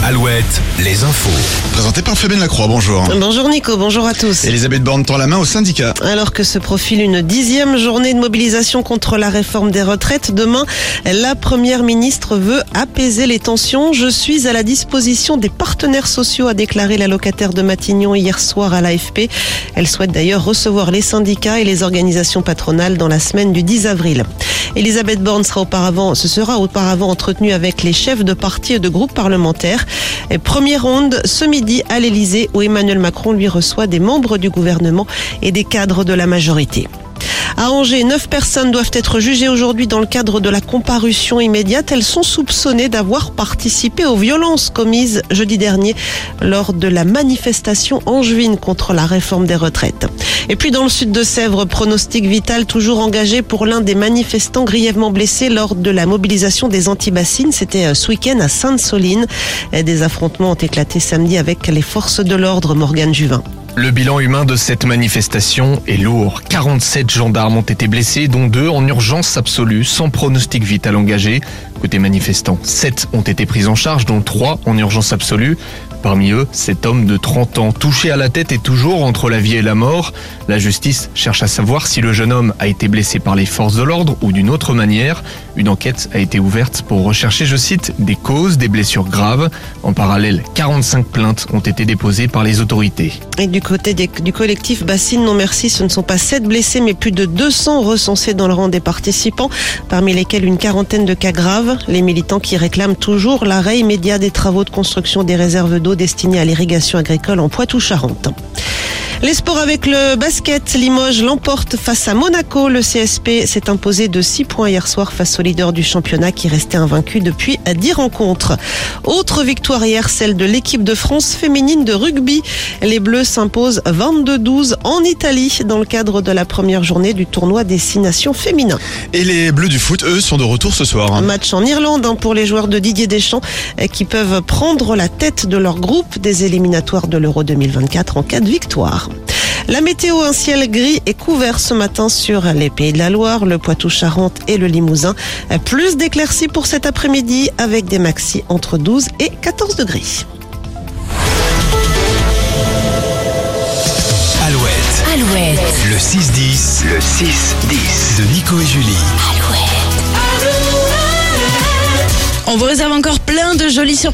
Alouette, les infos. Présenté par Fabienne Lacroix, bonjour. Bonjour Nico, bonjour à tous. Elisabeth Borne tend la main au syndicat. Alors que se profile une 10e journée de mobilisation contre la réforme des retraites, demain, la première ministre veut apaiser les tensions. Je suis à la disposition des partenaires sociaux, a déclaré la locataire de Matignon hier soir à l'AFP. Elle souhaite d'ailleurs recevoir les syndicats et les organisations patronales dans la semaine du 10 avril. Elisabeth Borne se sera auparavant entretenue avec les chefs de partis et de groupes parlementaires. Et première ronde ce midi à l'Elysée où Emmanuel Macron lui reçoit des membres du gouvernement et des cadres de la majorité. À Angers, 9 personnes doivent être jugées aujourd'hui dans le cadre de la comparution immédiate. Elles sont soupçonnées d'avoir participé aux violences commises jeudi dernier lors de la manifestation angevine contre la réforme des retraites. Et puis dans le sud de Sèvres, pronostic vital toujours engagé pour l'un des manifestants grièvement blessés lors de la mobilisation des anti-bassines. C'était ce week-end à Sainte-Soline. Des affrontements ont éclaté samedi avec les forces de l'ordre, Morgane Juvin. Le bilan humain de cette manifestation est lourd. 47 gendarmes ont été blessés, dont 2 en urgence absolue, sans pronostic vital engagé. Côté manifestants, 7 ont été pris en charge, dont 3 en urgence absolue. Parmi eux, cet homme de 30 ans, touché à la tête et toujours entre la vie et la mort. La justice cherche à savoir si le jeune homme a été blessé par les forces de l'ordre ou d'une autre manière. Une enquête a été ouverte pour rechercher, je cite, des causes des blessures graves. En parallèle, 45 plaintes ont été déposées par les autorités. Et du côté du collectif Bassine Non Merci, ce ne sont pas 7 blessés, mais plus de 200 recensés dans le rang des participants, parmi lesquels une quarantaine de cas graves. Les militants qui réclament toujours l'arrêt immédiat des travaux de construction des réserves d'eau destinées à l'irrigation agricole en Poitou-Charentes. Les sports avec le basket, Limoges l'emporte face à Monaco. Le CSP s'est imposé de 6 points hier soir face au leader du championnat qui restait invaincu depuis 10 rencontres. Autre victoire hier, celle de l'équipe de France féminine de rugby. Les Bleus s'imposent 22-12 en Italie dans le cadre de la première journée du tournoi des 6 nations féminins. Et les Bleus du foot, eux, sont de retour ce soir. Un match en Irlande pour les joueurs de Didier Deschamps qui peuvent prendre la tête de leur groupe des éliminatoires de l'Euro 2024 en cas de victoire. La météo, un ciel gris et couvert ce matin sur les Pays de la Loire, le Poitou-Charentes et le Limousin. Plus d'éclaircies pour cet après-midi avec des maxis entre 12 et 14 degrés. Alouette. Le 6-10. Le 6-10. De Nico et Julie. On vous réserve encore plein de jolies surprises.